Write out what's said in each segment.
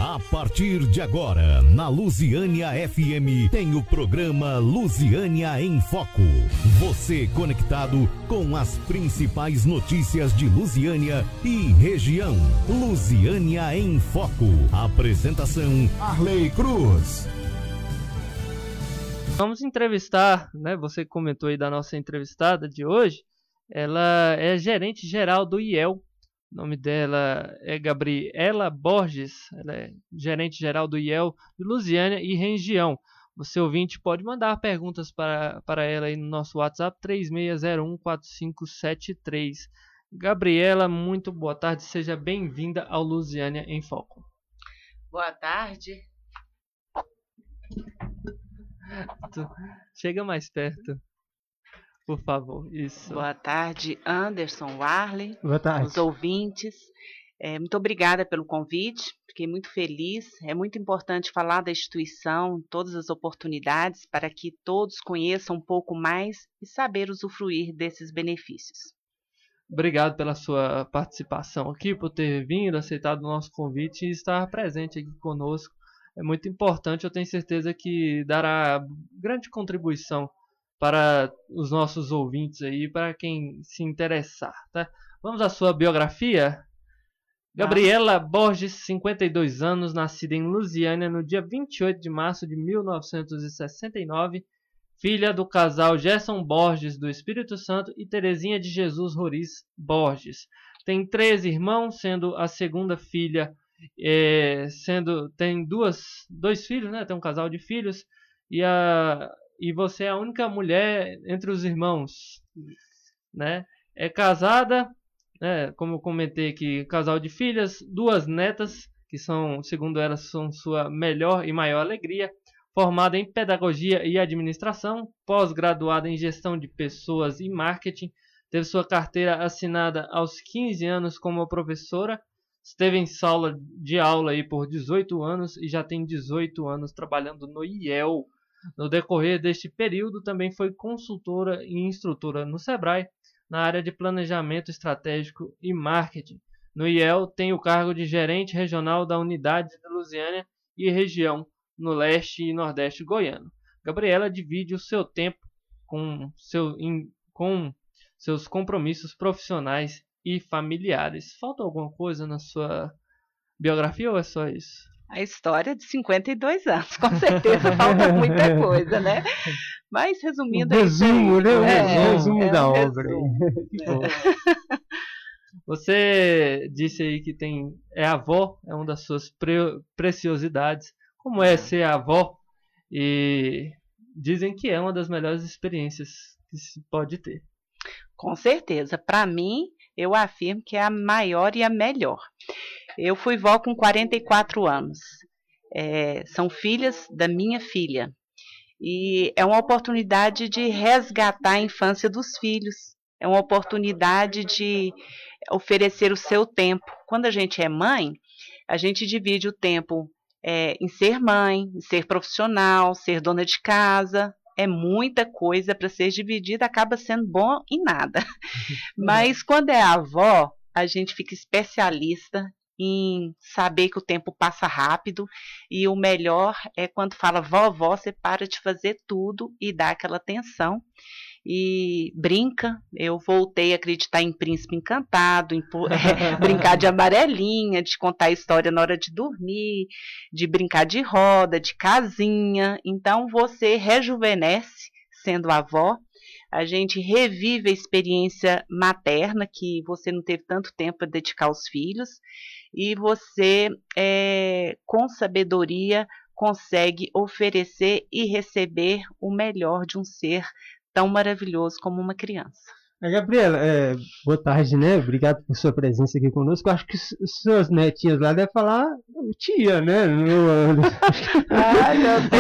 A partir de agora, na Lusiânia FM, tem o programa Lusiânia em Foco. Você conectado com as principais notícias de Lusiânia e região. Lusiânia em Foco. Apresentação: Arley Cruz. Vamos entrevistar, né? Você comentou aí da nossa entrevistada de hoje. Ela é gerente geral do IEL. O nome dela é Gabriela Borges, ela é gerente geral do IEL de Lusiânia e região. Você, ouvinte, pode mandar perguntas para ela aí no nosso WhatsApp 36014573. Gabriela, muito boa tarde, seja bem-vinda ao Lusiânia em Foco. Boa tarde. Chega mais perto. Por favor, isso. Boa tarde, Anderson, Arley. Boa tarde. Os ouvintes. Muito obrigada pelo convite, fiquei muito feliz. É muito importante falar da instituição, todas as oportunidades, para que todos conheçam um pouco mais e saber usufruir desses benefícios. Obrigado pela sua participação aqui, por ter vindo, aceitado o nosso convite e estar presente aqui conosco. É muito importante, eu tenho certeza que dará grande contribuição para os nossos ouvintes aí, para quem se interessar, tá? Vamos à sua biografia. Gabriela Borges, 52 anos, nascida em Lusiânia no dia 28 de março de 1969, filha do casal Gerson Borges do Espírito Santo e Terezinha de Jesus Roriz Borges. Tem 13 irmãos, sendo a segunda filha, tem dois filhos, né? Tem um casal de filhos e você é a única mulher entre os irmãos, né? É casada, né? Como eu comentei aqui, casal de filhas, 2 netas, que são, segundo elas, são sua melhor e maior alegria, formada em pedagogia e administração, pós-graduada em gestão de pessoas e marketing, teve sua carteira assinada aos 15 anos como professora, esteve em sala de aula aí por 18 anos e já tem 18 anos trabalhando no IEL. No decorrer deste período, também foi consultora e instrutora no Sebrae, na área de planejamento estratégico e marketing. No IEL, tem o cargo de gerente regional da unidade de Lusiânia e região, no leste e nordeste goiano. Gabriela divide o seu tempo com seus compromissos profissionais e familiares. Falta alguma coisa na sua biografia ou é só isso? A história de 52 anos, com certeza falta muita coisa, né? Mas resumindo... Resumo, né? Resumo da obra. Você disse aí que é avó, é uma das suas preciosidades. Como é ser avó? E dizem que é uma das melhores experiências que se pode ter. Com certeza. Para mim, eu afirmo que é a maior e a melhor. Eu fui vó com 44 anos. São filhas da minha filha. E é uma oportunidade de resgatar a infância dos filhos. É uma oportunidade de oferecer o seu tempo. Quando a gente é mãe, a gente divide o tempo em ser mãe, em ser profissional, ser dona de casa. É muita coisa para ser dividida, acaba sendo bom em nada. Mas quando é avó, a gente fica especialista em saber que o tempo passa rápido e o melhor é quando fala vovó, você para de fazer tudo e dá aquela atenção e brinca. Eu voltei a acreditar em Príncipe Encantado, brincar de amarelinha, de contar história na hora de dormir, de brincar de roda, de casinha. Então você rejuvenesce sendo avó. A gente revive a experiência materna, que você não teve tanto tempo para dedicar aos filhos, e você, com sabedoria, consegue oferecer e receber o melhor de um ser tão maravilhoso como uma criança. Gabriela, boa tarde, né? Obrigado por sua presença aqui conosco. Acho que suas netinhas lá devem falar tia, né? Ai, meu Deus.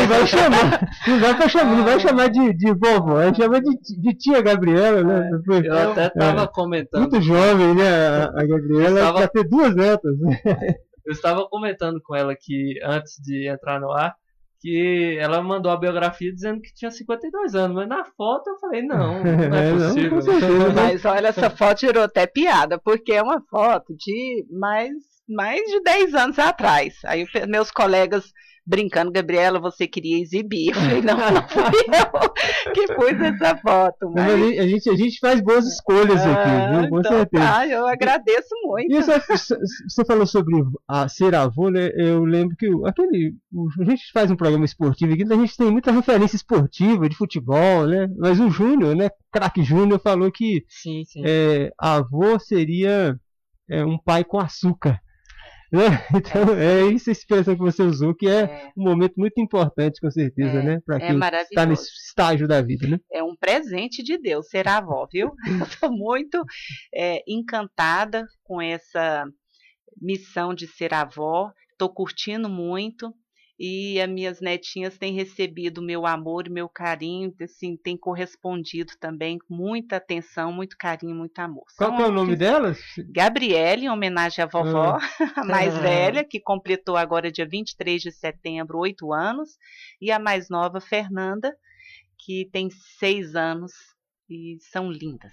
Não vai chamar de vovó, chama de tia Gabriela, né? Eu até estava comentando. Muito jovem, né? A Gabriela vai ter 2 netas. Eu estava comentando com ela que antes de entrar no ar, que ela mandou a biografia dizendo que tinha 52 anos, mas na foto eu falei, não é possível. Mas olha, essa foto gerou até piada, porque é uma foto de mais mais de 10 anos atrás. Aí meus colegas brincando, Gabriela, você queria exibir. Eu falei, não, não fui eu que pus essa foto. Mas... A gente faz boas escolhas aqui, viu? Com então, certeza. Tá, eu agradeço muito. E você falou sobre ser avô, né? Eu lembro que a gente faz um programa esportivo aqui, a gente tem muita referência esportiva de futebol, né? Mas o Júnior, né? Craque Júnior falou que Sim. avô seria um pai com açúcar. Né? Então é essa expressão que você usou, que é um momento muito importante, com certeza, né? Para quem está nesse estágio da vida, né? É um presente de Deus ser avó, viu? Estou muito encantada com essa missão de ser avó, estou curtindo muito. E as minhas netinhas têm recebido meu amor e meu carinho, assim, têm correspondido também com muita atenção, muito carinho, muito amor. Qual é o nome delas? Gabriele, em homenagem à vovó, a mais velha, que completou agora dia 23 de setembro, 8 anos, e a mais nova, Fernanda, que tem 6 anos. E são lindas.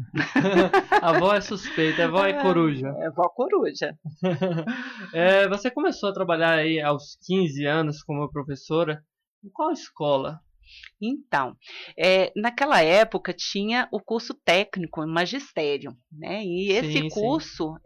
A avó é suspeita, a avó é coruja. É avó coruja. Você começou a trabalhar aí aos 15 anos como professora. Em qual escola? Então, naquela época tinha o curso técnico em magistério, né? E esse curso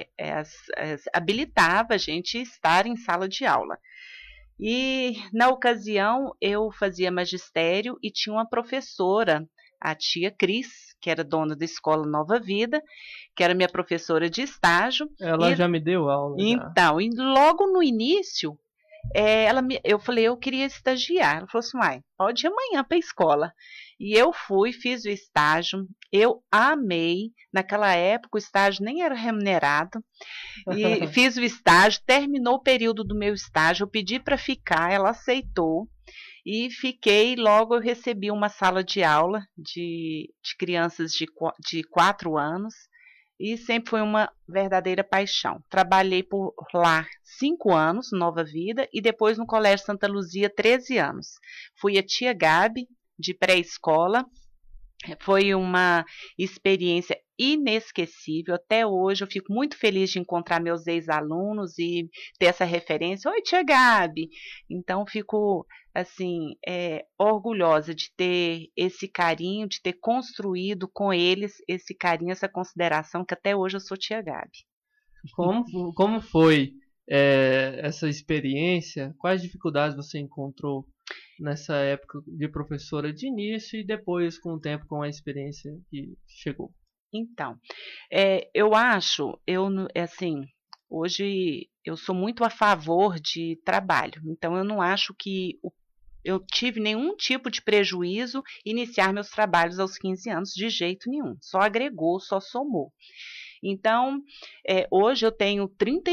habilitava a gente estar em sala de aula. E na ocasião eu fazia magistério e tinha uma professora, a tia Cris, que era dona da Escola Nova Vida, que era minha professora de estágio. Ela já me deu aula. Então, e logo no início, eu falei, eu queria estagiar. Ela falou assim, pode ir amanhã para a escola. E eu fui, fiz o estágio, eu amei. Naquela época o estágio nem era remunerado. E fiz o estágio, terminou o período do meu estágio, eu pedi para ficar, ela aceitou. E fiquei, logo eu recebi uma sala de aula de crianças de 4 anos e sempre foi uma verdadeira paixão. Trabalhei por lá 5 anos, Nova Vida, e depois no Colégio Santa Luzia 13 anos. Fui a tia Gabi, de pré-escola. Foi uma experiência inesquecível. Até hoje eu fico muito feliz de encontrar meus ex-alunos e ter essa referência. Oi, tia Gabi! Então fico assim orgulhosa de ter esse carinho, de ter construído com eles esse carinho, essa consideração, que até hoje eu sou tia Gabi. Como foi essa experiência? Quais dificuldades você encontrou nessa época de professora de início e depois, com o tempo, com a experiência que chegou? Então, eu acho, assim, hoje eu sou muito a favor de trabalho, então eu não acho que eu tive nenhum tipo de prejuízo iniciar meus trabalhos aos 15 anos, de jeito nenhum, só agregou, só somou. Então, hoje eu tenho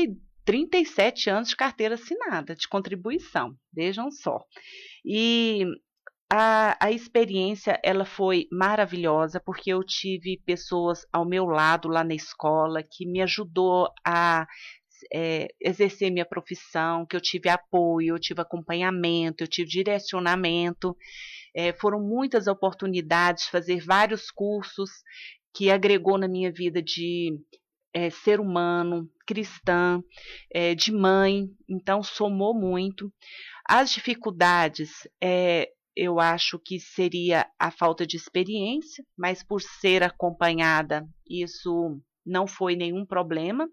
37 anos de carteira assinada, de contribuição, vejam só. E a experiência ela foi maravilhosa, porque eu tive pessoas ao meu lado lá na escola que me ajudou a exercer minha profissão, que eu tive apoio, eu tive acompanhamento, eu tive direcionamento. Foram muitas oportunidades, fazer vários cursos que agregou na minha vida de ser humano, cristã, de mãe, então somou muito. As dificuldades, eu acho que seria a falta de experiência, mas por ser acompanhada, isso não foi nenhum problema.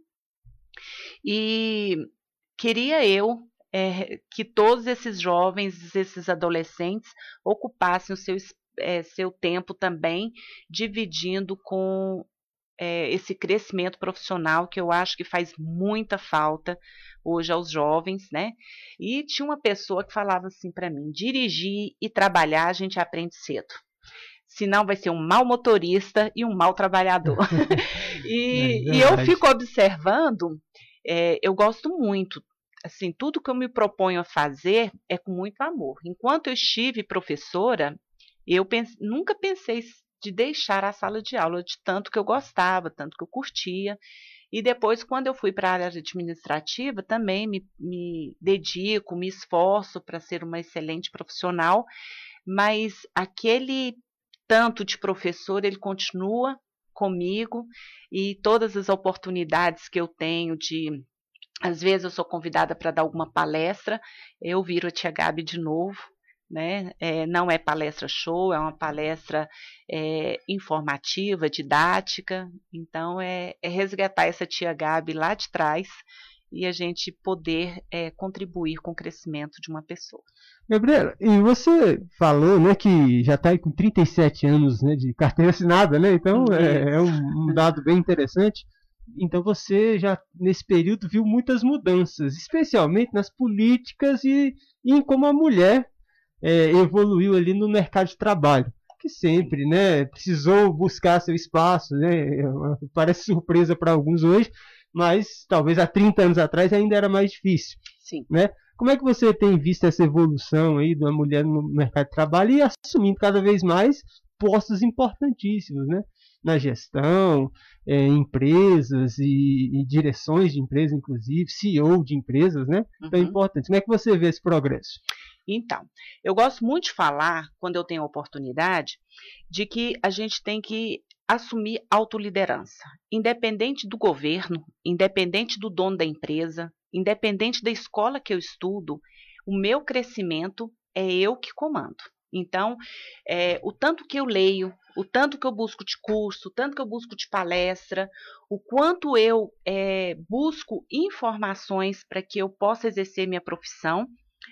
E queria eu que todos esses jovens, esses adolescentes, ocupassem o seu tempo também, dividindo com esse crescimento profissional, que eu acho que faz muita falta hoje aos jovens, né? E tinha uma pessoa que falava assim para mim: dirigir e trabalhar a gente aprende cedo, senão vai ser um mau motorista e um mau trabalhador. E eu fico observando, eu gosto muito, assim, tudo que eu me proponho a fazer é com muito amor. Enquanto eu estive professora, eu nunca pensei de deixar a sala de aula, de tanto que eu gostava, tanto que eu curtia. E depois, quando eu fui para a área administrativa, também me dedico, me esforço para ser uma excelente profissional, mas aquele tanto de professor, ele continua comigo, e todas as oportunidades que eu tenho de Às vezes eu sou convidada para dar alguma palestra, eu viro a tia Gabi de novo, né? Não é palestra show, é uma palestra informativa, didática. Então, é resgatar essa tia Gabi lá de trás e a gente poder contribuir com o crescimento de uma pessoa. Gabriela, e você falou, né, que já está com 37 anos, né, de carteira assinada, né? Então é um dado bem interessante. Então você já nesse período viu muitas mudanças, especialmente nas políticas e em como a mulher evoluiu ali no mercado de trabalho, que sempre, né, precisou buscar seu espaço, né? Parece surpresa para alguns hoje, mas talvez há 30 anos atrás ainda era mais difícil. Sim. Né? Como é que você tem visto essa evolução aí da mulher no mercado de trabalho e assumindo cada vez mais postos importantíssimos, né? Na gestão, empresas e direções de empresas, inclusive, CEO de empresas, né? Então é importante. Como é que você vê esse progresso? Então, eu gosto muito de falar, quando eu tenho a oportunidade, de que a gente tem que assumir autoliderança, independente do governo, independente do dono da empresa, independente da escola que eu estudo, o meu crescimento é eu que comando. Então, o tanto que eu leio, o tanto que eu busco de curso, o tanto que eu busco de palestra, o quanto eu busco informações para que eu possa exercer minha profissão,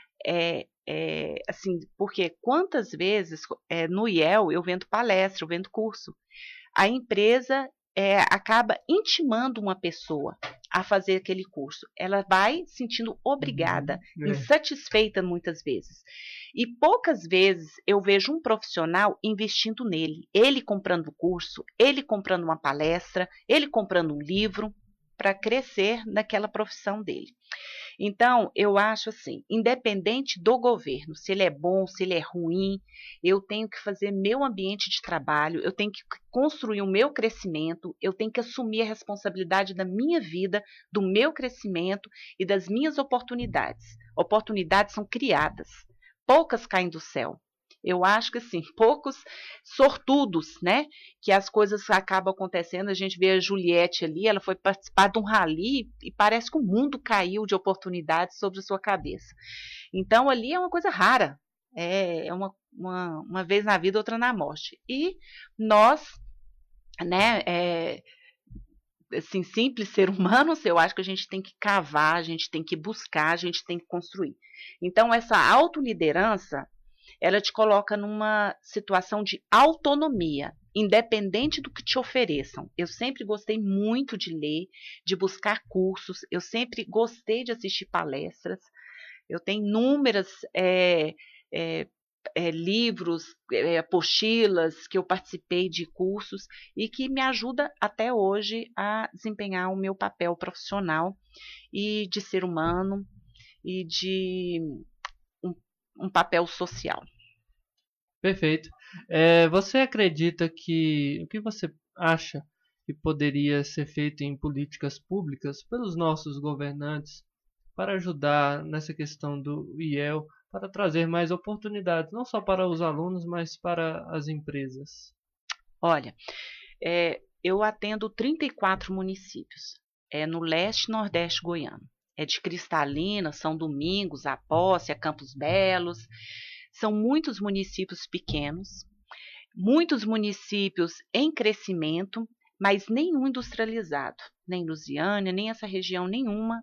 assim, porque quantas vezes no IEL eu vendo palestra, eu vendo curso, a empresa acaba intimando uma pessoa a fazer aquele curso. Ela vai sentindo obrigada, insatisfeita muitas vezes. E poucas vezes eu vejo um profissional investindo nele, ele comprando o curso, ele comprando uma palestra, ele comprando um livro para crescer naquela profissão dele. Então, eu acho assim, independente do governo, se ele é bom, se ele é ruim, eu tenho que fazer meu ambiente de trabalho, eu tenho que construir o meu crescimento, eu tenho que assumir a responsabilidade da minha vida, do meu crescimento e das minhas oportunidades. Oportunidades são criadas, poucas caem do céu. Eu acho que assim, poucos sortudos, né? Que as coisas acabam acontecendo. A gente vê a Juliette ali, ela foi participar de um rally e parece que o mundo caiu de oportunidades sobre a sua cabeça. Então ali é uma coisa rara. É uma vez na vida, outra na morte. E nós, né? Assim, simples ser humanos, eu acho que a gente tem que cavar, a gente tem que buscar, a gente tem que construir. Então essa autoliderança, ela te coloca numa situação de autonomia, independente do que te ofereçam. Eu sempre gostei muito de ler, de buscar cursos, eu sempre gostei de assistir palestras. Eu tenho inúmeras livros, apostilas que eu participei de cursos e que me ajuda até hoje a desempenhar o meu papel profissional e de ser humano e de um papel social. Perfeito. Você acredita o que você acha que poderia ser feito em políticas públicas pelos nossos governantes para ajudar nessa questão do IEL, para trazer mais oportunidades, não só para os alunos, mas para as empresas? Olha, eu atendo 34 municípios, no leste e nordeste goiano. É de Cristalina, São Domingos, Apócia, Campos Belos. São muitos municípios pequenos, muitos municípios em crescimento, mas nenhum industrializado. Nem Lusiânia, nem essa região nenhuma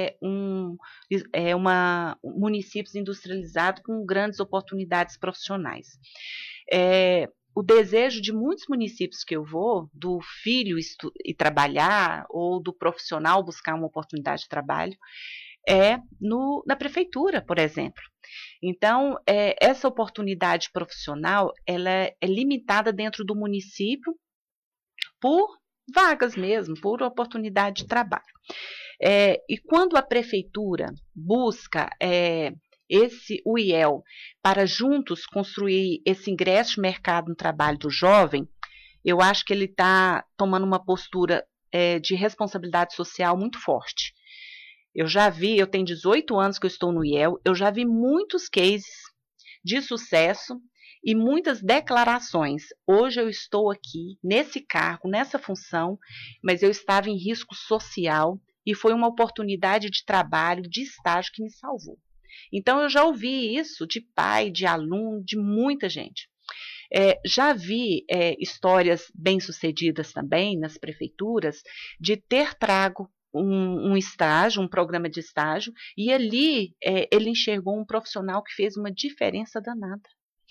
municípios industrializados com grandes oportunidades profissionais. O desejo de muitos municípios que eu vou, do filho ir trabalhar ou do profissional buscar uma oportunidade de trabalho, na prefeitura, por exemplo. Então, essa oportunidade profissional ela é limitada dentro do município por vagas mesmo, por oportunidade de trabalho. E quando a prefeitura busca o IEL para juntos construir esse ingresso de mercado no trabalho do jovem, eu acho que ele está tomando uma postura de responsabilidade social muito forte. Eu tenho 18 anos que eu estou no IEL, eu já vi muitos cases de sucesso e muitas declarações. Hoje eu estou aqui, nesse cargo, nessa função, mas eu estava em risco social e foi uma oportunidade de trabalho, de estágio que me salvou. Então, eu já ouvi isso de pai, de aluno, de muita gente. Já vi histórias bem-sucedidas também nas prefeituras de ter trago um estágio, um programa de estágio, e ali ele enxergou um profissional que fez uma diferença danada.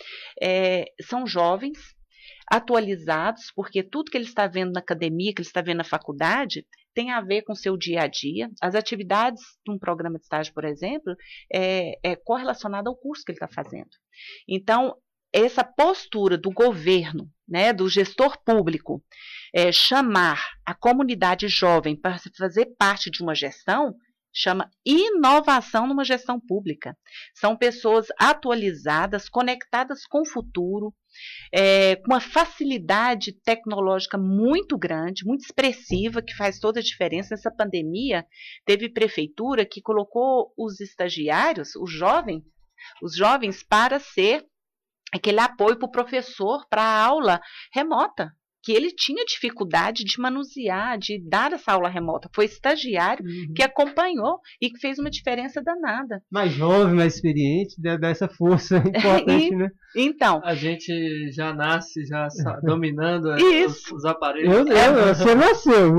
São jovens, atualizados, porque tudo que ele está vendo na academia, que ele está vendo na faculdade, tem a ver com o seu dia a dia. As atividades de um programa de estágio, por exemplo, é correlacionada ao curso que ele está fazendo. Então, essa postura do governo, né, do gestor público, chamar a comunidade jovem para fazer parte de uma gestão, chama inovação numa gestão pública. São pessoas atualizadas, conectadas com o futuro, com uma facilidade tecnológica muito grande, muito expressiva, que faz toda a diferença. Nessa pandemia, teve prefeitura que colocou os estagiários, os jovens, para ser aquele apoio para o professor, para a aula remota, que ele tinha dificuldade de manusear, de dar essa aula remota. Foi estagiário que acompanhou e que fez uma diferença danada. Mais jovem, mais experiente, dá essa força importante, né? Então, a gente já nasce dominando os aparelhos. Você nasceu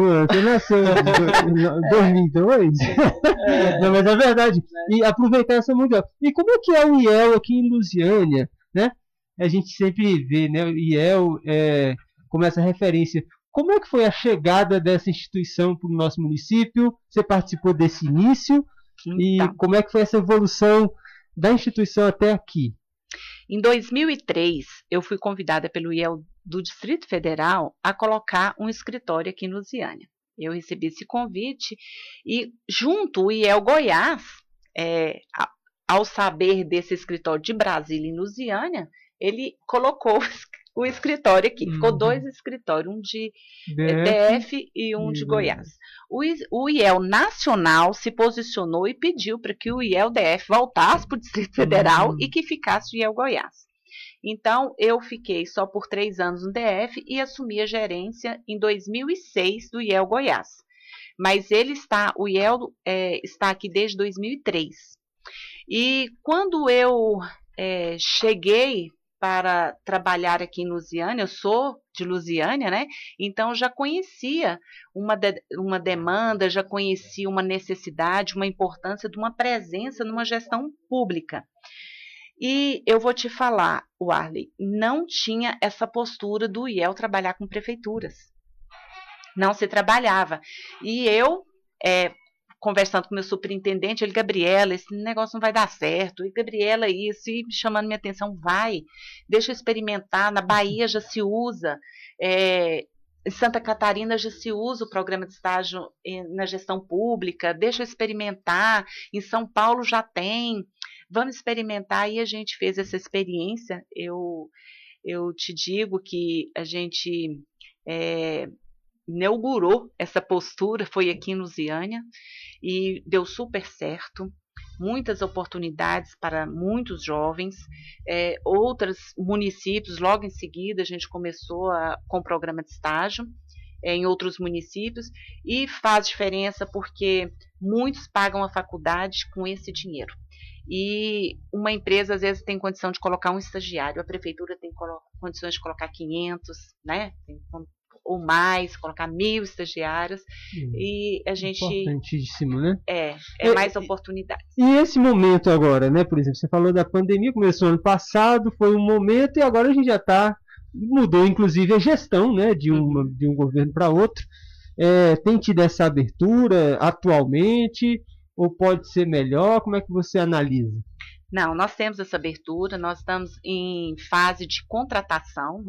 em 2002? Não, mas é verdade. E aproveitar essa mundial. E como é que é o IEL aqui em Lusiânia, né? A gente sempre vê, né, o IEL como essa referência. Como é que foi a chegada dessa instituição para o nosso município? Você participou desse início? Então, e como é que foi essa evolução da instituição até aqui? Em 2003, eu fui convidada pelo IEL do Distrito Federal a colocar um escritório aqui em Lusiânia. Eu recebi esse convite e, junto o IEL Goiás, ao saber desse escritório de Brasília em Lusiânia, ele colocou o escritório aqui. Ficou 2 escritórios, um de DF e um de Goiás. O IEL Nacional se posicionou e pediu para que o IEL DF voltasse para o Distrito Federal e que ficasse o IEL Goiás. Então, eu fiquei só por 3 anos no DF e assumi a gerência em 2006 do IEL Goiás. Mas o IEL está aqui desde 2003. E quando eu cheguei para trabalhar aqui em Lusiânia, eu sou de Lusiânia, né? Então já conhecia uma demanda, já conhecia uma necessidade, uma importância de uma presença numa gestão pública. E eu vou te falar, Warley, não tinha essa postura do IEL trabalhar com prefeituras. Não se trabalhava. E eu, conversando com o meu superintendente, ele, Gabriela, esse negócio não vai dar certo, e Gabriela isso, e chamando minha atenção, deixa eu experimentar, na Bahia já se usa, em Santa Catarina já se usa o programa de estágio na gestão pública, deixa eu experimentar, em São Paulo já tem, vamos experimentar, e a gente fez essa experiência. Eu te digo que a gente inaugurou essa postura, foi aqui em Lusiânia, e deu super certo, muitas oportunidades para muitos jovens, outros municípios, logo em seguida a gente começou com o programa de estágio em outros municípios, e faz diferença porque muitos pagam a faculdade com esse dinheiro. E uma empresa às vezes tem condição de colocar um estagiário, a prefeitura tem condições de colocar 500, né? Ou mais, colocar 1.000 estagiários, e a gente... Importantíssimo, né? Mais oportunidades. E esse momento agora, né? Por exemplo, você falou da pandemia, começou ano passado, foi um momento, e agora a gente já mudou inclusive a gestão, né? De um governo para outro. Tem tido essa abertura atualmente, ou pode ser melhor? Como é que você analisa? Não, nós temos essa abertura, nós estamos em fase de contratação,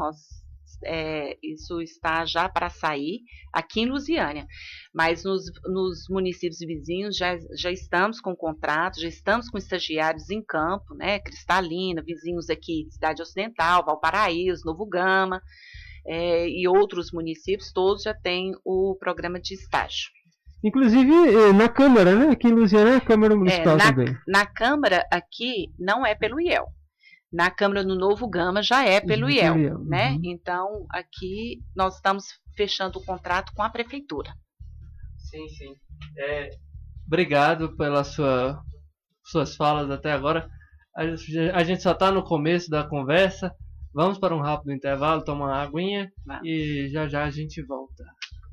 isso está já para sair aqui em Lusiânia, mas nos municípios vizinhos já estamos com contratos, já estamos com estagiários em campo, né? Cristalina, vizinhos aqui, Cidade Ocidental, Valparaíso, Novo Gama, e outros municípios, todos já têm o programa de estágio. Inclusive na Câmara, né? Aqui em Lusiânia, a Câmara Municipal também. Na Câmara aqui não é pelo IEL. Na Câmara do Novo Gama já é pelo IEL, né? Então, aqui nós estamos fechando o contrato com a Prefeitura. Sim. Obrigado pelas suas falas até agora. A gente só está no começo da conversa. Vamos para um rápido intervalo, tomar uma aguinha e já a gente volta.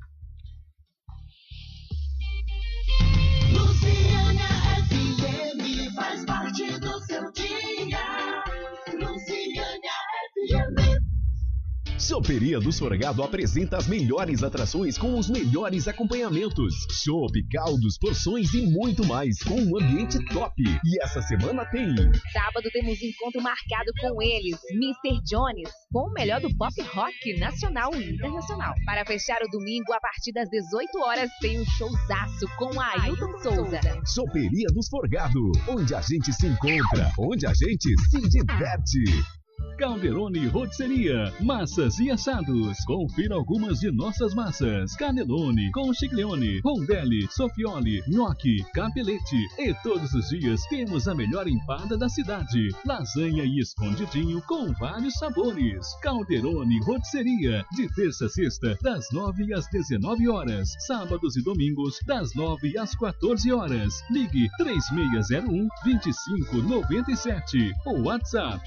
Luciana FM faz parte do seu dia. Luciana FM. Choperia do Sorgado apresenta as melhores atrações com os melhores acompanhamentos. Chopp, caldos, porções e muito mais, com um ambiente top. E essa semana tem... Sábado temos encontro marcado com eles, Mr. Jones, com o melhor do pop rock nacional e internacional. Para fechar o domingo, a partir das 18 horas, tem um showzaço com a Ailton Souza. Choperia do Sorgado, onde a gente se encontra, onde a gente se diverte. Calderone Rotisseria, massas e assados. Confira algumas de nossas massas: cannelloni, conchiglione, rondelli, soffioli, gnocchi, capelete. E todos os dias temos a melhor empada da cidade: lasanha e escondidinho com vários sabores. Calderone Rotisseria, de terça a sexta, das 9 às 19 horas. Sábados e domingos, das 9 às 14 horas. Ligue 3601-2597 ou WhatsApp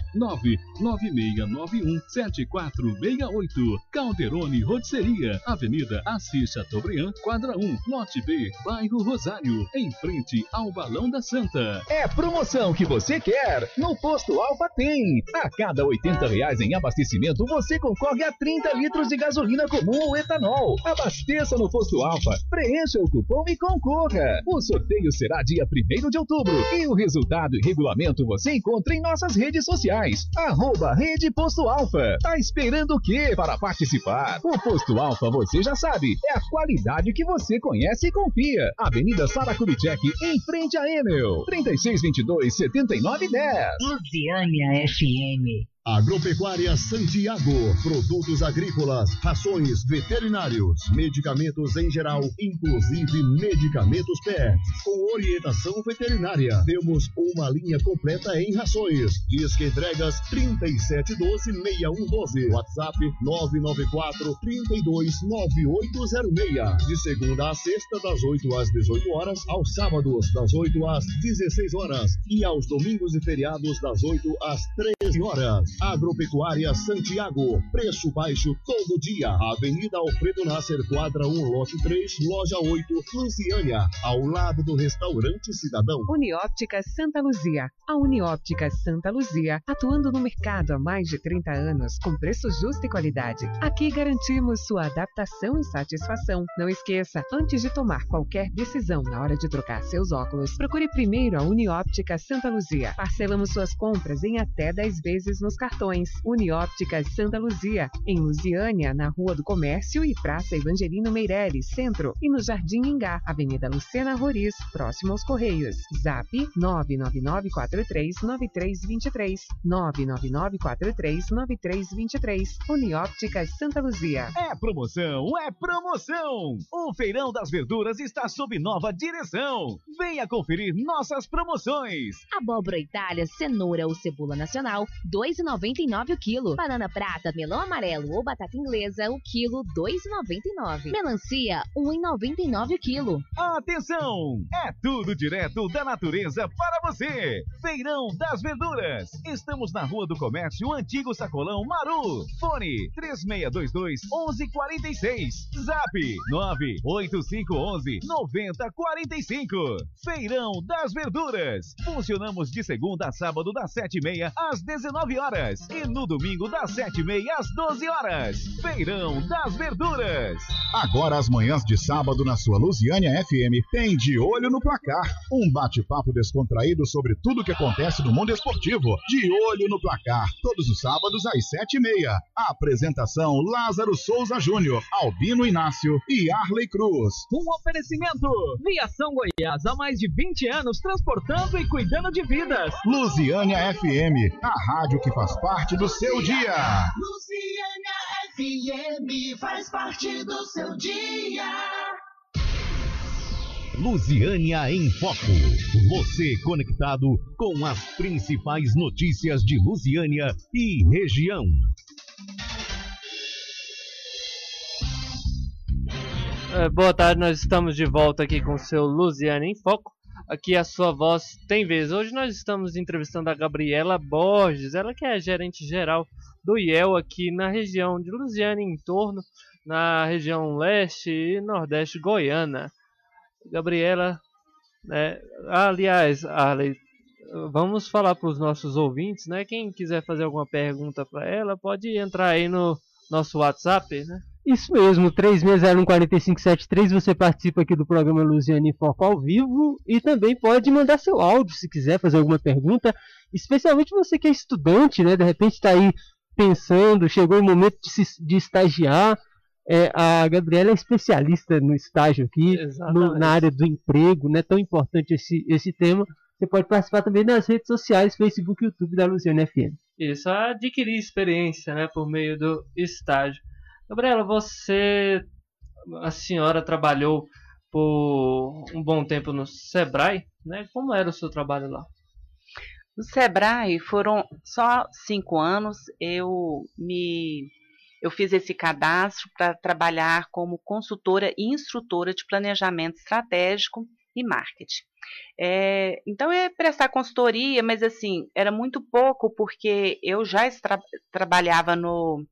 996917468. Calderone Rotisseria, Avenida Assis Chateaubriand, quadra 1, lote B, bairro Rosário, em frente ao Balão da Santa. É promoção que você quer? No Posto Alfa tem. A cada R$80 em abastecimento, você concorre a 30 litros de gasolina comum ou etanol. Abasteça no Posto Alfa, preencha o cupom e concorra. O sorteio será dia 1º de outubro e o resultado e regulamento você encontra em nossas redes sociais. @Rede Posto Alfa. Tá esperando o quê para participar? O Posto Alfa, você já sabe, é a qualidade que você conhece e confia. Avenida Sara Kubitschek, em frente a Enel. 3622-7910. Luciana FM. Agropecuária Santiago, produtos agrícolas, rações, veterinários, medicamentos em geral, inclusive medicamentos pet, com orientação veterinária. Temos uma linha completa em rações. Disque entregas 3712-6112, WhatsApp 994-329806. De segunda a sexta, das 8 às 18 horas, aos sábados, das 8 às 16 horas e aos domingos e feriados, das 8 às 13 horas. Agropecuária Santiago, preço baixo todo dia. Avenida Alfredo Nasser, quadra 1, lote 3, loja 8, Lusiânia, ao lado do restaurante Cidadão. Unióptica Santa Luzia. A Unióptica Santa Luzia, atuando no mercado há mais de 30 anos, com preço justo e qualidade. Aqui garantimos sua adaptação e satisfação. Não esqueça, antes de tomar qualquer decisão na hora de trocar seus óculos, procure primeiro a Unióptica Santa Luzia. Parcelamos suas compras em até 10 vezes nos cartões. Unióptica Santa Luzia, em Lusiânia, na Rua do Comércio e Praça Evangelino Meireles, Centro, e no Jardim Ingá, Avenida Lucena Roriz, próximo aos Correios. Zap 999439323, 999439323. Unióptica Santa Luzia. É promoção, é promoção! O Feirão das Verduras está sob nova direção. Venha conferir nossas promoções. Abóbora Itália, cenoura ou cebola nacional, R$2,99 o quilo. Banana prata, melão amarelo ou batata inglesa, o quilo, R$2,99. Melancia, R$1,99 o quilo. Atenção! É tudo direto da natureza para você. Feirão das Verduras. Estamos na Rua do Comércio, Antigo Sacolão, Maru. Fone 3622-1146. Zap 98511-9045. Feirão das Verduras. Funcionamos de segunda a sábado, das 7h30 às 19 horas e no domingo das 7h30 às 12 horas. Feirão das Verduras. Agora às manhãs de sábado na sua Lusiânia FM tem De Olho no Placar, um bate-papo descontraído sobre tudo que acontece no mundo esportivo. De Olho no Placar, todos os sábados às 7h30. A apresentação Lázaro Souza Júnior, Albino Inácio e Arley Cruz. Um oferecimento Viação Goiás, há mais de 20 anos transportando e cuidando de vidas. Lusiânia FM, a rádio que faz parte do seu dia. Lusiânia FM faz parte do seu dia. Lusiânia em Foco. Você conectado com as principais notícias de Lusiânia e região. Boa tarde, nós estamos de volta aqui com o seu Luziane em Foco. Aqui a sua voz tem vez. Hoje nós estamos entrevistando a Gabriela Borges, ela que é gerente geral do IEL aqui na região de Lusiânia e em torno, na região leste e nordeste goiana. Gabriela, aliás, Arley, vamos falar para os nossos ouvintes, né? Quem quiser fazer alguma pergunta para ela, pode entrar aí no nosso WhatsApp, né? Isso mesmo, 3601-4573, você participa aqui do programa Luziane em Foco ao vivo e também pode mandar seu áudio se quiser fazer alguma pergunta, especialmente você que é estudante, né? De repente está aí pensando, chegou o momento de estagiar. A Gabriela é especialista no estágio aqui, na área do emprego, né? Tão importante esse tema. Você pode participar também nas redes sociais, Facebook e YouTube da Luziane FM. Isso, adquirir experiência, né, por meio do estágio. Gabriela, a senhora trabalhou por um bom tempo no Sebrae, né? Como era o seu trabalho lá? No Sebrae foram só 5 anos. Eu fiz esse cadastro para trabalhar como consultora e instrutora de planejamento estratégico e marketing. Então é prestar consultoria, mas assim, era muito pouco porque eu já trabalhava no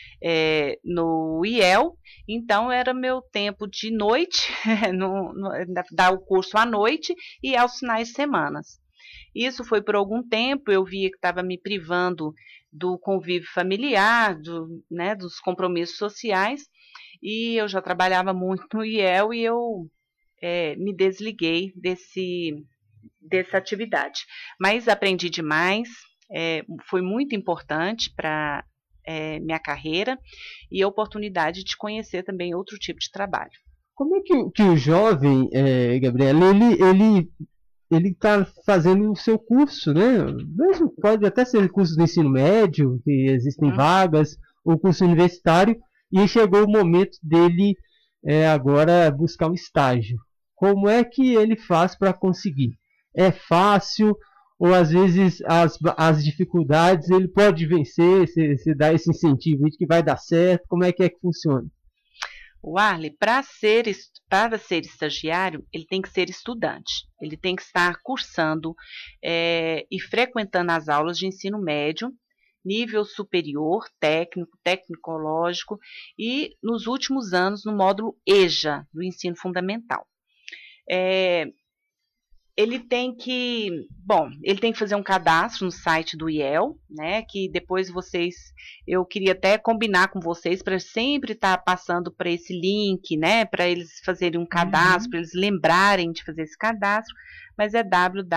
IEL, então era meu tempo de noite, dar o curso à noite e aos finais de semana. Isso foi por algum tempo, eu via que estava me privando do convívio familiar, dos compromissos sociais, e eu já trabalhava muito no IEL e eu me desliguei dessa atividade. Mas aprendi demais, foi muito importante para minha carreira e a oportunidade de conhecer também outro tipo de trabalho. Como é que o jovem, Gabriela, ele está fazendo o seu curso, né? Mesmo pode até ser curso do ensino médio, que existem vagas, ou curso universitário, e chegou o momento dele agora buscar um estágio. Como é que ele faz para conseguir? É fácil? Ou às vezes as dificuldades ele pode vencer, você dá esse incentivo de que vai dar certo? Como é que funciona? O Arley, para ser estagiário, ele tem que ser estudante, ele tem que estar cursando e frequentando as aulas de ensino médio, nível superior, técnico, tecnológico e nos últimos anos no módulo EJA, do ensino fundamental. Ele tem que fazer um cadastro no site do IEL, né, que depois eu queria até combinar com vocês para sempre estar passando para esse link, né, para eles fazerem um cadastro, para eles lembrarem de fazer esse cadastro, mas é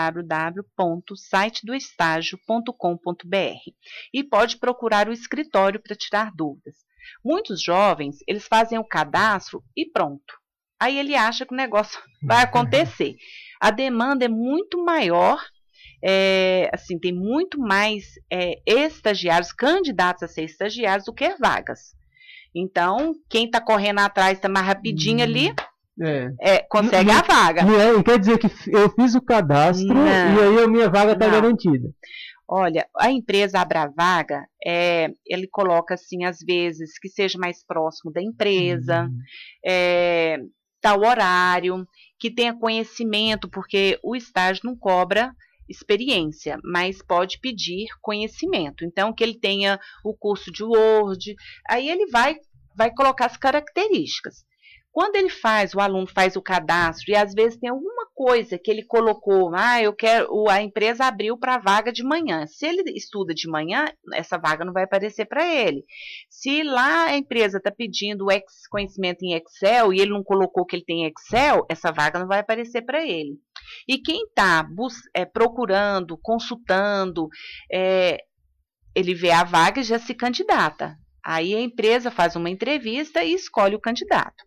www.sitedoestagio.com.br e pode procurar o escritório para tirar dúvidas. Muitos jovens, eles fazem o cadastro e pronto. Aí ele acha que o negócio vai acontecer. A demanda é muito maior, tem muito mais estagiários, candidatos a ser estagiários do que vagas. Então, quem está correndo atrás está mais rapidinho ali, consegue a vaga. Não quer dizer que eu fiz o cadastro e aí a minha vaga está garantida. Olha, a empresa abre a vaga, ele coloca assim, às vezes, que seja mais próximo da empresa, tal horário, que tenha conhecimento, porque o estágio não cobra experiência, mas pode pedir conhecimento. Então, que ele tenha o curso de Word, aí ele vai colocar as características. Quando o aluno faz o cadastro e às vezes tem alguma coisa que ele colocou, a empresa abriu para a vaga de manhã. Se ele estuda de manhã, essa vaga não vai aparecer para ele. Se lá a empresa está pedindo conhecimento em Excel e ele não colocou que ele tem Excel, essa vaga não vai aparecer para ele. E quem está procurando, consultando, ele vê a vaga e já se candidata. Aí a empresa faz uma entrevista e escolhe o candidato.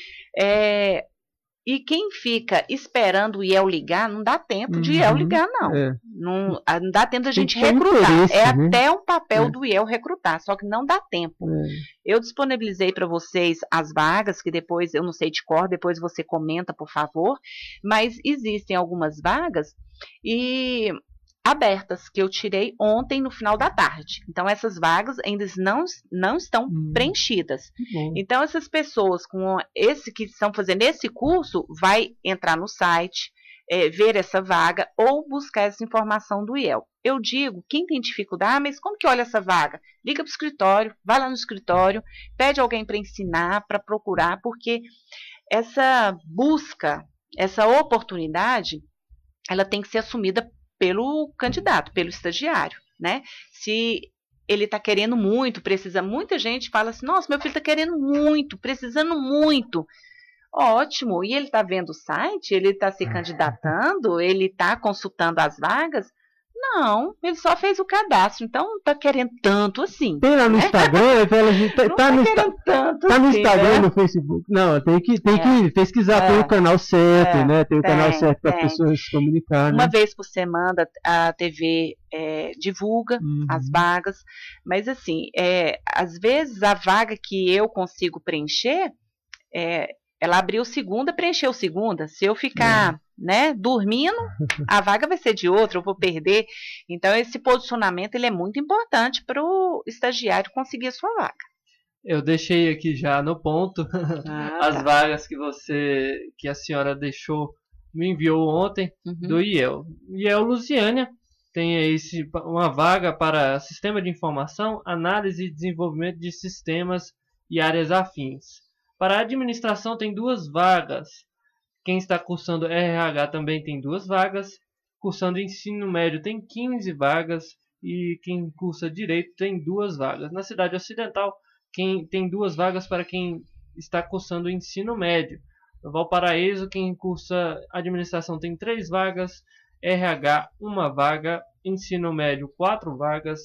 E quem fica esperando o IEL ligar, não dá tempo de IEL ligar, não. Não dá tempo da gente recrutar. Até um papel do IEL recrutar, só que não dá tempo. Eu disponibilizei para vocês as vagas, que depois, eu não sei de cor, depois você comenta, por favor. Mas existem algumas vagas e abertas, que eu tirei ontem no final da tarde. Então, essas vagas ainda não estão preenchidas. Então, essas pessoas que estão fazendo esse curso, vai entrar no site, ver essa vaga ou buscar essa informação do IEL. Eu digo, quem tem dificuldade, mas como que olha essa vaga? Liga para o escritório, vai lá no escritório, pede alguém para ensinar, para procurar, porque essa busca, essa oportunidade, ela tem que ser assumida pelo candidato, pelo estagiário, né? Se ele está querendo muito, precisa, muita gente fala assim, nossa, meu filho está querendo muito, precisando muito. Ótimo, e ele está vendo o site, ele está se candidatando, ele está consultando as vagas? Não, ele só fez o cadastro, então não está querendo tanto assim. Tem lá no Instagram, tá no Instagram, né? No Facebook. Não, tem que pesquisar, tem o canal certo, né? Tem o canal certo para as pessoas se comunicar. Uma vez por semana a TV divulga as vagas, mas assim, às vezes a vaga que eu consigo preencher, ela abriu segunda, preencheu segunda. Se eu ficar dormindo, a vaga vai ser de outro, eu vou perder. Então, esse posicionamento ele é muito importante para o estagiário conseguir a sua vaga. Eu deixei aqui já no ponto as vagas que a senhora me enviou ontem do IEL. IEL Lusiânia tem aí uma vaga para Sistema de Informação, Análise e Desenvolvimento de Sistemas e áreas afins. Para a administração tem 2 vagas. Quem está cursando RH também tem 2 vagas. Cursando ensino médio tem 15 vagas. E quem cursa direito tem 2 vagas. Na cidade ocidental, tem 2 vagas para quem está cursando ensino médio. No Valparaíso, quem cursa administração tem 3 vagas. RH, 1 vaga. Ensino médio, 4 vagas.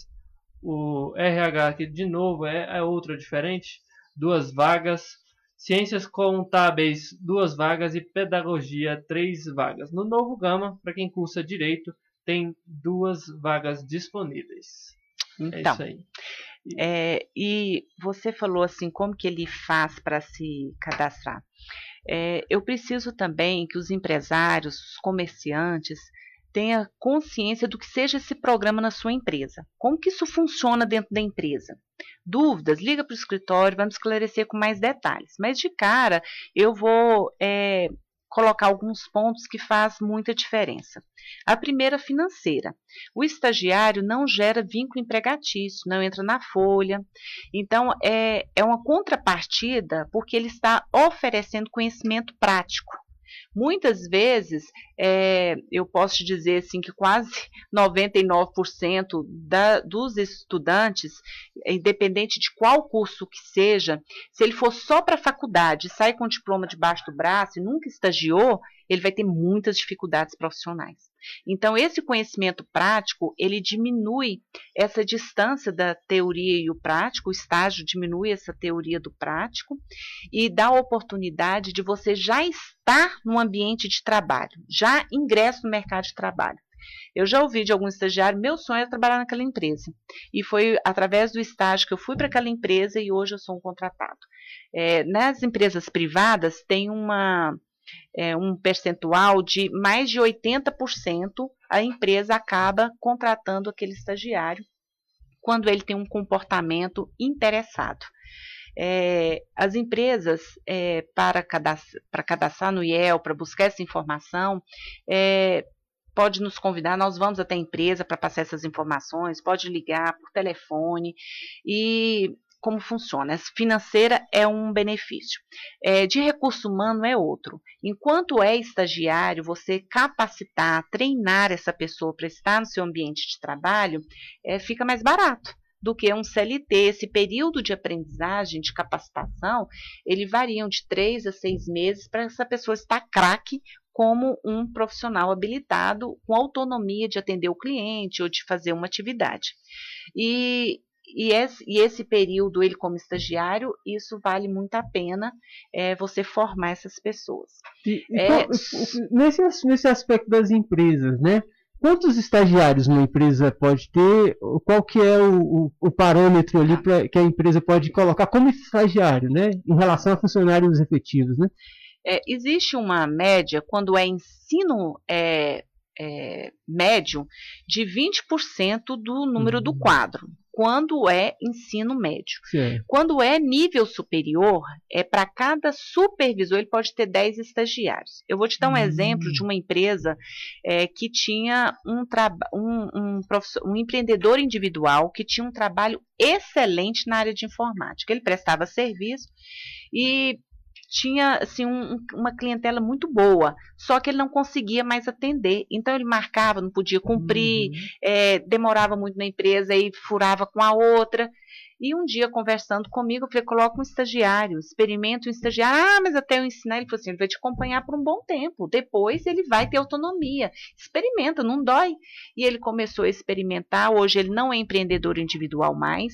O RH, que de novo é outra diferente, 2 vagas. Ciências contábeis, 2 vagas e pedagogia, 3 vagas. No Novo Gama, para quem cursa direito, tem 2 vagas disponíveis. Então, é isso aí. E você falou assim, como que ele faz para se cadastrar? Eu preciso também que os empresários, os comerciantes, tenham consciência do que seja esse programa na sua empresa. Como que isso funciona dentro da empresa? Dúvidas? Liga para o escritório, vamos esclarecer com mais detalhes. Mas de cara, eu vou colocar alguns pontos que faz muita diferença. A primeira, financeira. O estagiário não gera vínculo empregatício, não entra na folha. Então, é uma contrapartida porque ele está oferecendo conhecimento prático. Muitas vezes, eu posso te dizer assim, que quase 99% dos estudantes, independente de qual curso que seja, se ele for só para a faculdade e sai com o diploma debaixo do braço e nunca estagiou, ele vai ter muitas dificuldades profissionais. Então, esse conhecimento prático, ele diminui essa distância da teoria e o prático, o estágio diminui essa teoria do prático e dá a oportunidade de você já estar no ambiente de trabalho, já ingresso no mercado de trabalho. Eu já ouvi de algum estagiário, meu sonho é trabalhar naquela empresa. E foi através do estágio que eu fui para aquela empresa e hoje eu sou um contratado. Nas empresas privadas tem um percentual de mais de 80%, a empresa acaba contratando aquele estagiário quando ele tem um comportamento interessado. As empresas, para cadastrar no IEL, para buscar essa informação, pode nos convidar, nós vamos até a empresa para passar essas informações, pode ligar por telefone e como funciona. Essa financeira é um benefício. De recurso humano é outro. Enquanto é estagiário, você capacitar, treinar essa pessoa para estar no seu ambiente de trabalho, fica mais barato do que um CLT. Esse período de aprendizagem, de capacitação, ele varia de 3 a 6 meses para essa pessoa estar craque como um profissional habilitado com autonomia de atender o cliente ou de fazer uma atividade. E esse período, ele como estagiário, isso vale muito a pena você formar essas pessoas. Nesse aspecto das empresas, né? Quantos estagiários uma empresa pode ter? Qual que é o parâmetro ali que a empresa pode colocar como estagiário, né? Em relação a funcionários efetivos, né? Existe uma média quando é ensino médio de 20% do número do quadro, quando é ensino médio. Certo. Quando é nível superior, para cada supervisor, ele pode ter 10 estagiários. Eu vou te dar um exemplo de uma empresa que tinha um empreendedor individual que tinha um trabalho excelente na área de informática. Ele prestava serviço e tinha assim, uma clientela muito boa, só que ele não conseguia mais atender. Então ele marcava, não podia cumprir, demorava muito na empresa e furava com a outra. E um dia, conversando comigo, eu falei, coloca um estagiário, experimenta um estagiário. Ah, mas até eu ensinar, ele falou assim, ele vai te acompanhar por um bom tempo, depois ele vai ter autonomia. Experimenta, não dói. E ele começou a experimentar, hoje ele não é empreendedor individual mais,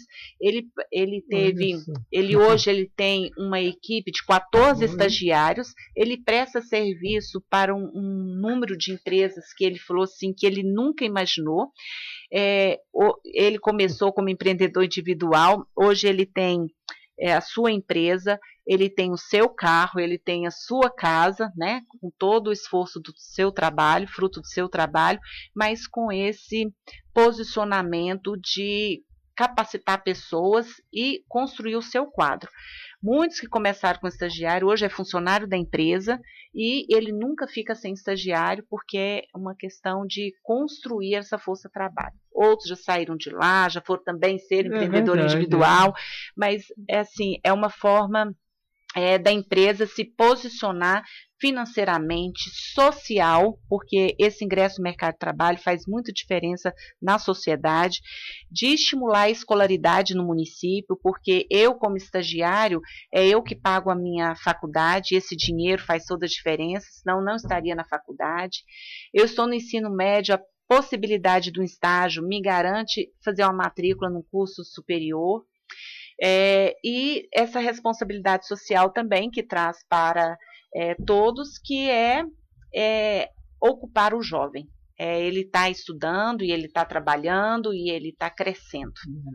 hoje ele tem uma equipe de 14 estagiários, ele presta serviço para um número de empresas que ele falou assim, que ele nunca imaginou. Ele começou como empreendedor individual, hoje ele tem a sua empresa, ele tem o seu carro, ele tem a sua casa, né, com todo o esforço do seu trabalho, fruto do seu trabalho, mas com esse posicionamento de capacitar pessoas e construir o seu quadro. Muitos que começaram com estagiário, hoje é funcionário da empresa e ele nunca fica sem estagiário porque é uma questão de construir essa força de trabalho. Outros já saíram de lá, já foram também ser empreendedor individual, mas é uma forma da empresa se posicionar financeiramente, social, porque esse ingresso no mercado de trabalho faz muita diferença na sociedade, de estimular a escolaridade no município, porque eu, como estagiário, eu que pago a minha faculdade, e esse dinheiro faz toda a diferença, senão não estaria na faculdade. Eu estou no ensino médio, a possibilidade do estágio me garante fazer uma matrícula num curso superior, e essa responsabilidade social também que traz para todos, que ocupar o jovem. Ele está estudando, e ele está trabalhando, e ele está crescendo.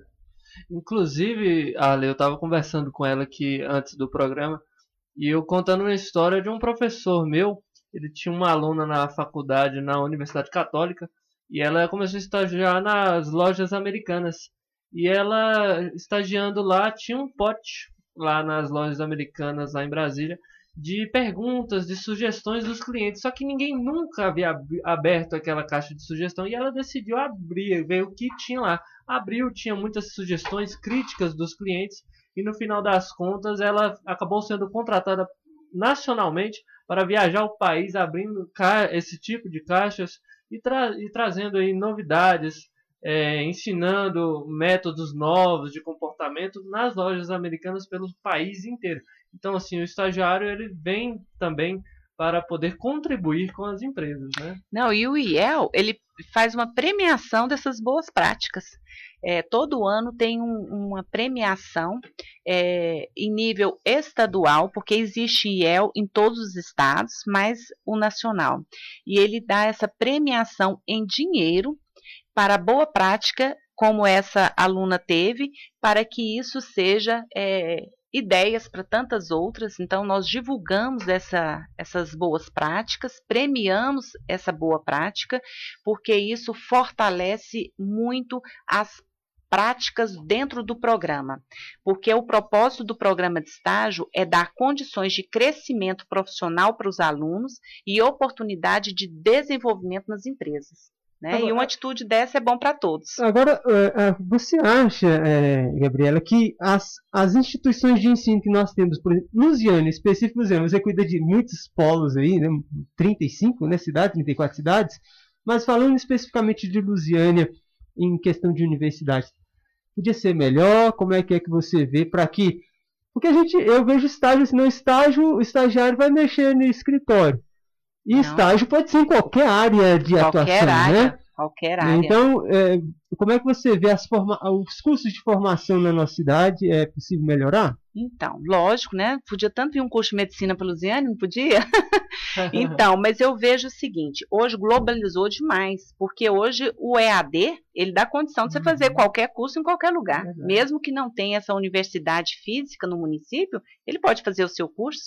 Inclusive, Ale, eu estava conversando com ela aqui antes do programa, e eu contando uma história de um professor meu. Ele tinha uma aluna na faculdade, na Universidade Católica, e ela começou a estagiar nas lojas americanas. E ela, estagiando lá, tinha um pote lá nas lojas americanas, lá em Brasília, de perguntas, de sugestões dos clientes. Só que ninguém nunca havia aberto aquela caixa de sugestão, e ela decidiu abrir, ver o que tinha lá. Abriu, tinha muitas sugestões, críticas dos clientes, e no final das contas ela acabou sendo contratada nacionalmente para viajar o país, abrindo esse tipo de caixas e trazendo aí novidades, ensinando métodos novos de comportamento nas lojas americanas pelo país inteiro. Então, assim, o estagiário ele vem também para poder contribuir com as empresas, né? Não, e o IEL, ele faz uma premiação dessas boas práticas. Todo ano tem uma premiação em nível estadual, porque existe IEL em todos os estados, mas o nacional. E ele dá essa premiação em dinheiro para a boa prática, como essa aluna teve, para que isso seja ideias para tantas outras. Então nós divulgamos essas boas práticas, premiamos essa boa prática, porque isso fortalece muito as práticas dentro do programa, porque o propósito do programa de estágio é dar condições de crescimento profissional para os alunos e oportunidade de desenvolvimento nas empresas. Né? E uma atitude dessa é bom para todos. Agora, você acha, Gabriela, que as instituições de ensino que nós temos, por exemplo, Lusiânia, específico Lusiânia, você cuida de muitos polos aí, né? 35 cidades, 34 cidades, mas falando especificamente de Lusiânia em questão de universidade, podia ser melhor? Como é que você vê para que... Porque eu vejo estágio, senão o estagiário vai mexer no escritório. E estágio pode ser em qualquer área de atuação, né? Qualquer área. Então, como é que você vê os cursos de formação na nossa cidade? É possível melhorar? Então, lógico, né? Podia tanto vir um curso de medicina para Lusiânia, não podia? Então, mas eu vejo o seguinte, hoje globalizou demais, porque hoje o EAD, ele dá condição de você fazer qualquer curso em qualquer lugar. Mesmo que não tenha essa universidade física no município, ele pode fazer o seu curso.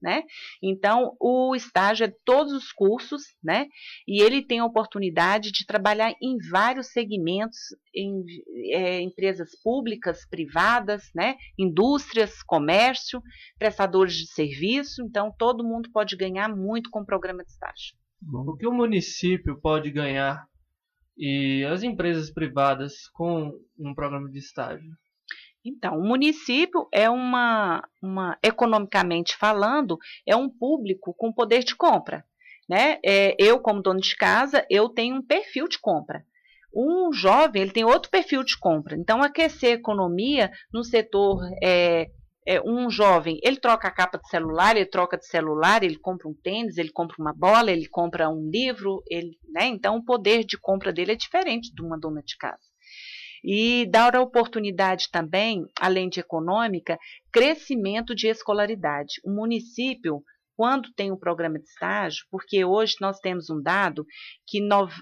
né? Então, o estágio é todos os cursos, né? E ele tem a oportunidade de trabalhar em vários segmentos, em empresas públicas, privadas, né? Indústrias, comércio, prestadores de serviço. Então, todo mundo pode ganhar muito com o programa de estágio. O que o município pode ganhar e as empresas privadas com um programa de estágio? Então, o município é economicamente falando, é um público com poder de compra, né? Eu, como dono de casa, eu tenho um perfil de compra. Um jovem, ele tem outro perfil de compra. Então, aquecer a economia no setor, um jovem, ele troca a capa de celular, ele troca de celular, ele compra um tênis, ele compra uma bola, ele compra um livro, né? Então, o poder de compra dele é diferente de uma dona de casa. E dar a oportunidade também, além de econômica, crescimento de escolaridade. O município, quando tem um programa de estágio, porque hoje nós temos um dado que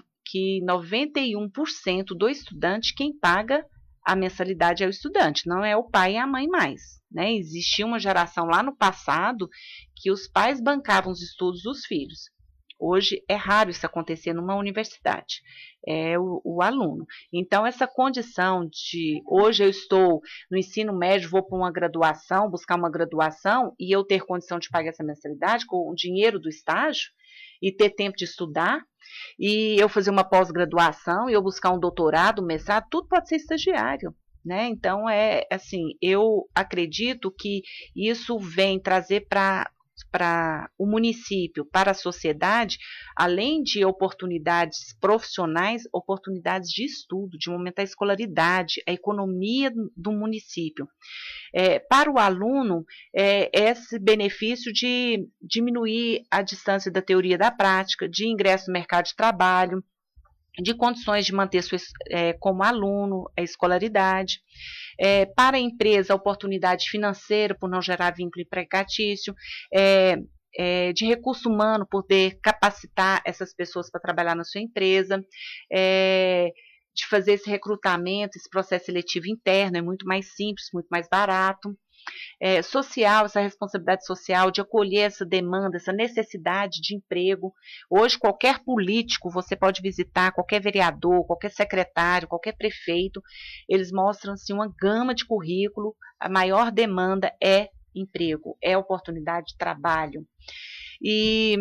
91% do estudante, quem paga a mensalidade é o estudante, não é o pai e a mãe mais, né? Existia uma geração lá no passado que os pais bancavam os estudos dos filhos. Hoje é raro isso acontecer numa universidade, é o aluno. Então, essa condição de, hoje eu estou no ensino médio, vou para uma graduação, buscar uma graduação, e eu ter condição de pagar essa mensalidade com o dinheiro do estágio, e ter tempo de estudar, e eu fazer uma pós-graduação, e eu buscar um doutorado, um mestrado, tudo pode ser estagiário, né? Então, eu acredito que isso vem trazer para o município, para a sociedade, além de oportunidades profissionais, oportunidades de estudo, de aumentar a escolaridade, a economia do município. Para o aluno, esse benefício de diminuir a distância da teoria da prática, de ingresso no mercado de trabalho, de condições de manter como aluno a escolaridade. Para a empresa, a oportunidade financeira por não gerar vínculo empregatício, de recurso humano, poder capacitar essas pessoas para trabalhar na sua empresa, de fazer esse recrutamento, esse processo seletivo interno, é muito mais simples, muito mais barato. Social, essa responsabilidade social de acolher essa demanda, essa necessidade de emprego. Hoje, qualquer político, você pode visitar, qualquer vereador, qualquer secretário, qualquer prefeito, eles mostram assim, uma gama de currículo, a maior demanda é emprego, é oportunidade de trabalho. E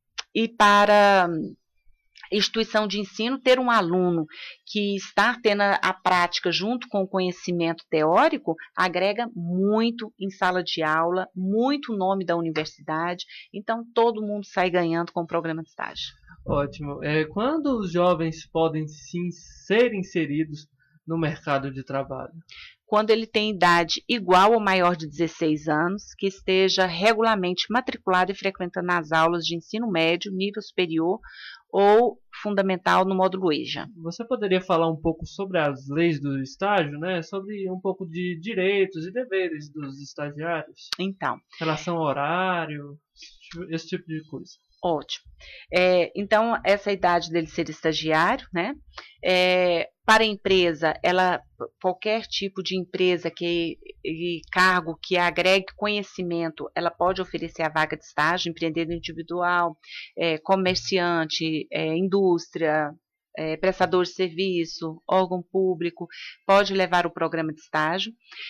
para instituição de ensino, ter um aluno que está tendo a prática junto com o conhecimento teórico, agrega muito em sala de aula, muito nome da universidade, então todo mundo sai ganhando com o programa de estágio. Ótimo. Quando os jovens podem sim ser inseridos no mercado de trabalho? Quando ele tem idade igual ou maior de 16 anos, que esteja regularmente matriculado e frequentando as aulas de ensino médio, nível superior ou fundamental no módulo EJA. Você poderia falar um pouco sobre as leis do estágio, né? Sobre um pouco de direitos e deveres dos estagiários? Então. Relação ao horário, esse tipo de coisa. Ótimo. Então, essa idade dele ser estagiário, né? Para a empresa, qualquer tipo de empresa e cargo que agregue conhecimento, ela pode oferecer a vaga de estágio, empreendedor individual, comerciante, indústria, prestador de serviço, órgão público, pode levar o programa de estágio.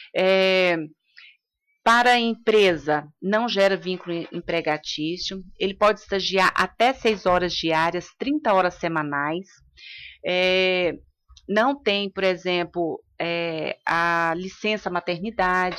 Para a empresa, não gera vínculo empregatício, ele pode estagiar até 6 horas diárias, 30 horas semanais. Não tem, por exemplo, a licença maternidade,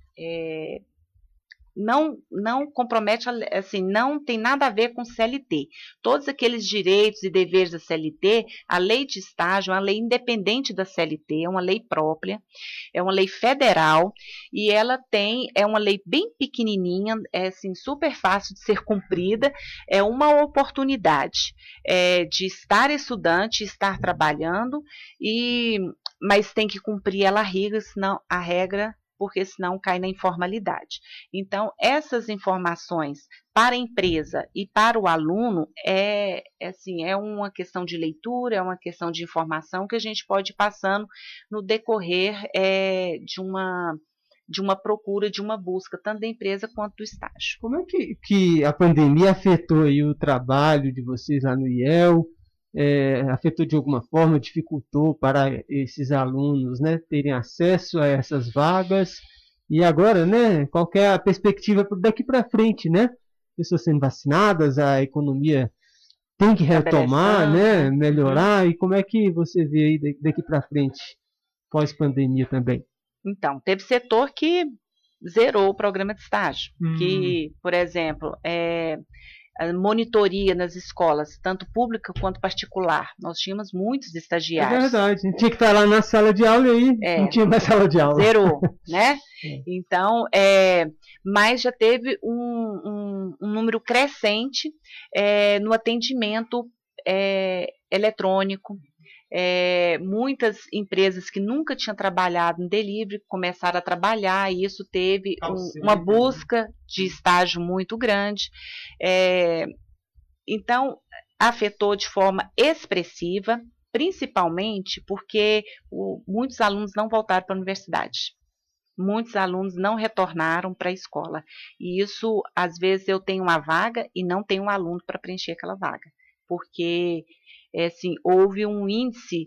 não compromete, assim, não tem nada a ver com CLT. Todos aqueles direitos e deveres da CLT, a lei de estágio é uma lei independente da CLT, é uma lei própria, é uma lei federal, e ela é uma lei bem pequenininha, assim, super fácil de ser cumprida, é uma oportunidade de estar estudante, estar trabalhando, mas tem que cumprir ela a regra, porque senão cai na informalidade. Então, essas informações para a empresa e para o aluno é uma questão de leitura, é uma questão de informação que a gente pode ir passando no decorrer de uma procura, de uma busca, tanto da empresa quanto do estágio. Como é que a pandemia afetou aí o trabalho de vocês lá no IEL? Afetou de alguma forma, dificultou para esses alunos, né, terem acesso a essas vagas? E agora, né, qual que é a perspectiva daqui para frente, né? Pessoas sendo vacinadas, a economia tem que retomar, né, melhorar, e como é que você vê aí daqui para frente, pós-pandemia também? Então, teve setor que zerou o programa de estágio, que, por exemplo, a monitoria nas escolas, tanto pública quanto particular. Nós tínhamos muitos estagiários. É verdade, a gente tinha que estar lá na sala de aula e aí não tinha mais sala de aula. Zerou, né? Então, mas já teve um número crescente no atendimento eletrônico. Muitas empresas que nunca tinham trabalhado em delivery começaram a trabalhar, e isso teve uma busca de estágio muito grande. Então, afetou de forma expressiva, principalmente porque muitos alunos não voltaram para a universidade. Muitos alunos não retornaram para a escola. E isso, às vezes, eu tenho uma vaga e não tenho um aluno para preencher aquela vaga. Porque assim, houve um índice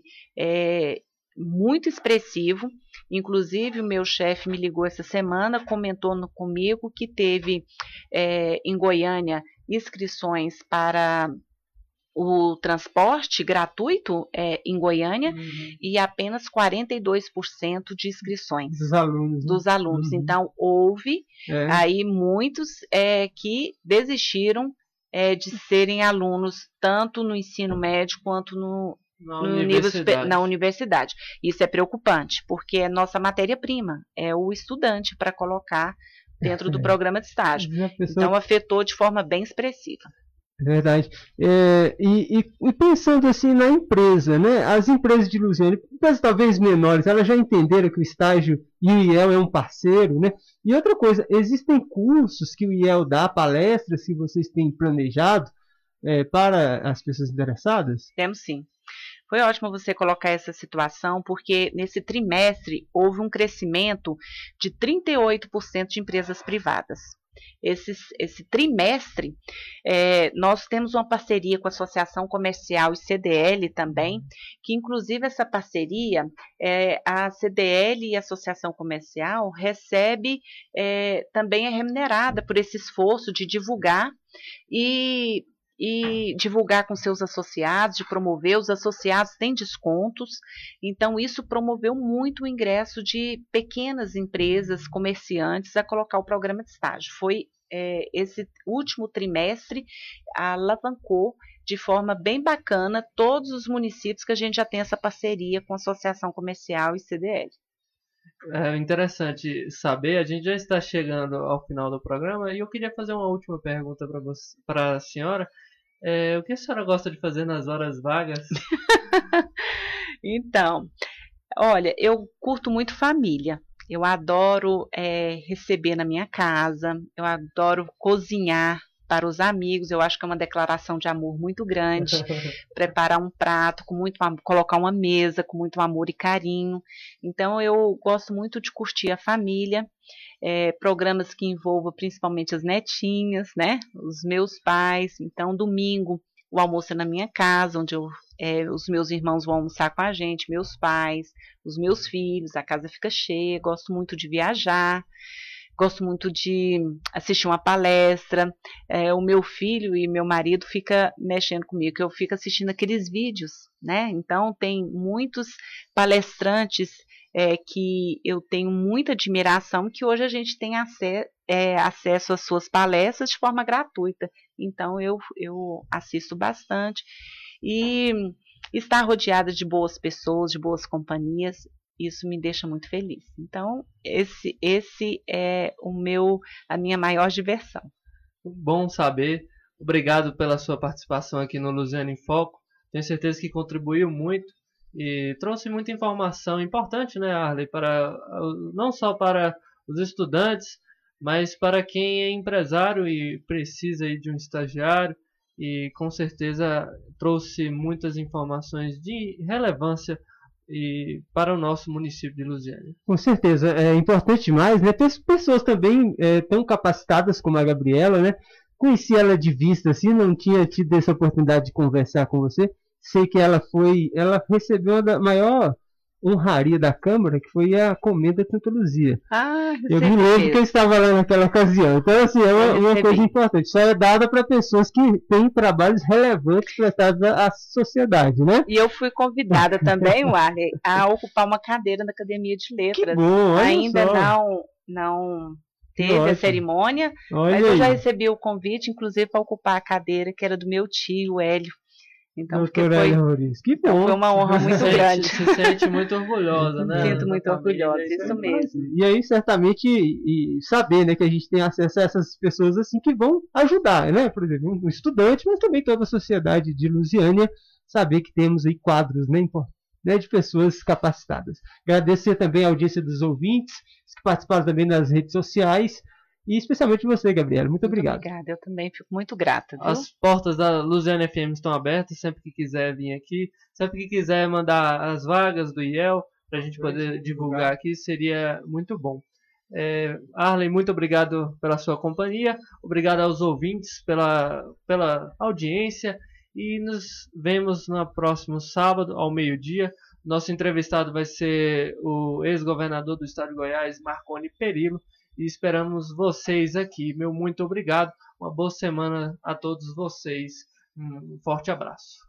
muito expressivo. Inclusive, o meu chefe me ligou essa semana, comentou comigo que teve em Goiânia inscrições para o transporte gratuito em Goiânia, e apenas 42% de inscrições dos alunos. Então, houve aí muitos que desistiram de serem alunos tanto no ensino médio quanto na universidade. Isso é preocupante, porque é nossa matéria-prima, é o estudante para colocar dentro do programa de estágio. Então, afetou de forma bem expressiva. Verdade. E pensando assim na empresa, né? As empresas de Lusiânia, empresas talvez menores, elas já entenderam que o estágio e o IEL é um parceiro, né? E outra coisa, existem cursos que o IEL dá, palestras que vocês têm planejado para as pessoas interessadas? Temos sim. Foi ótimo você colocar essa situação, porque nesse trimestre houve um crescimento de 38% de empresas privadas. Esse trimestre, nós temos uma parceria com a Associação Comercial e CDL também, que inclusive essa parceria, a CDL e a Associação Comercial recebe, também é remunerada por esse esforço de divulgar e divulgar com seus associados, de promover. Os associados têm descontos, então isso promoveu muito o ingresso de pequenas empresas, comerciantes, a colocar o programa de estágio. Foi esse último trimestre alavancou de forma bem bacana todos os municípios que a gente já tem essa parceria com a Associação Comercial e CDL. É interessante saber, a gente já está chegando ao final do programa e eu queria fazer uma última pergunta para a senhora. O que a senhora gosta de fazer nas horas vagas? Então, olha, eu curto muito família. Eu adoro receber na minha casa, eu adoro cozinhar para os amigos. Eu acho que é uma declaração de amor muito grande. Preparar um prato com muito amor, colocar uma mesa com muito amor e carinho. Então, eu gosto muito de curtir a família. Programas que envolvam principalmente as netinhas, né? Os meus pais. Então, domingo, o almoço é na minha casa, onde os meus irmãos vão almoçar com a gente, meus pais, os meus filhos, a casa fica cheia. Gosto muito de viajar, gosto muito de assistir uma palestra. O meu filho e meu marido ficam mexendo comigo, que eu fico assistindo aqueles vídeos, né? Então, tem muitos palestrantes que eu tenho muita admiração, que hoje a gente tem acesso às suas palestras de forma gratuita. Então, eu assisto bastante. E estar rodeada de boas pessoas, de boas companhias, isso me deixa muito feliz. Então, esse é a minha maior diversão. Bom saber. Obrigado pela sua participação aqui no Lusiânia em Foco. Tenho certeza que contribuiu muito e trouxe muita informação importante, né, Arley? Não só para os estudantes, mas para quem é empresário e precisa aí de um estagiário. E com certeza trouxe muitas informações de relevância e para o nosso município de Lusiânia. Com certeza, é importante demais, né? Ter pessoas também tão capacitadas como a Gabriela, né? Conheci ela de vista, assim, não tinha tido essa oportunidade de conversar com você. Sei que ela recebeu a maior honraria da Câmara, que foi a Comenda de Santa Luzia. Eu me lembro que eu estava lá naquela ocasião. Então, assim, é uma coisa importante. Só é dada para pessoas que têm trabalhos relevantes prestados à sociedade, né? E eu fui convidada também, Warley, a ocupar uma cadeira na Academia de Letras. Que bom, olha ainda só. não teve a cerimônia, mas eu já recebi o convite, inclusive, para ocupar a cadeira que era do meu tio, Hélio. Então, foi uma honra muito grande. Se sente muito orgulhosa, né? Sinto muito orgulhosa, isso mesmo. E aí, certamente, saber, né, que a gente tem acesso a essas pessoas assim que vão ajudar, né? Por exemplo, um estudante, mas também toda a sociedade de Lusiânia, saber que temos aí quadros, né, de pessoas capacitadas. Agradecer também a audiência dos ouvintes, que participaram também nas redes sociais. E especialmente você, Gabriela. Muito obrigado. Obrigada, eu também fico muito grata. Viu? As portas da Lusiânia FM estão abertas, sempre que quiser vir aqui. Sempre que quiser mandar as vagas do IEL, para a gente poder divulgar aqui, seria muito bom. Arlen, muito obrigado pela sua companhia. Obrigado aos ouvintes pela audiência. E nos vemos no próximo sábado, ao meio-dia. Nosso entrevistado vai ser o ex-governador do estado de Goiás, Marconi Perillo. E esperamos vocês aqui. Meu muito obrigado. Uma boa semana a todos vocês. Um forte abraço.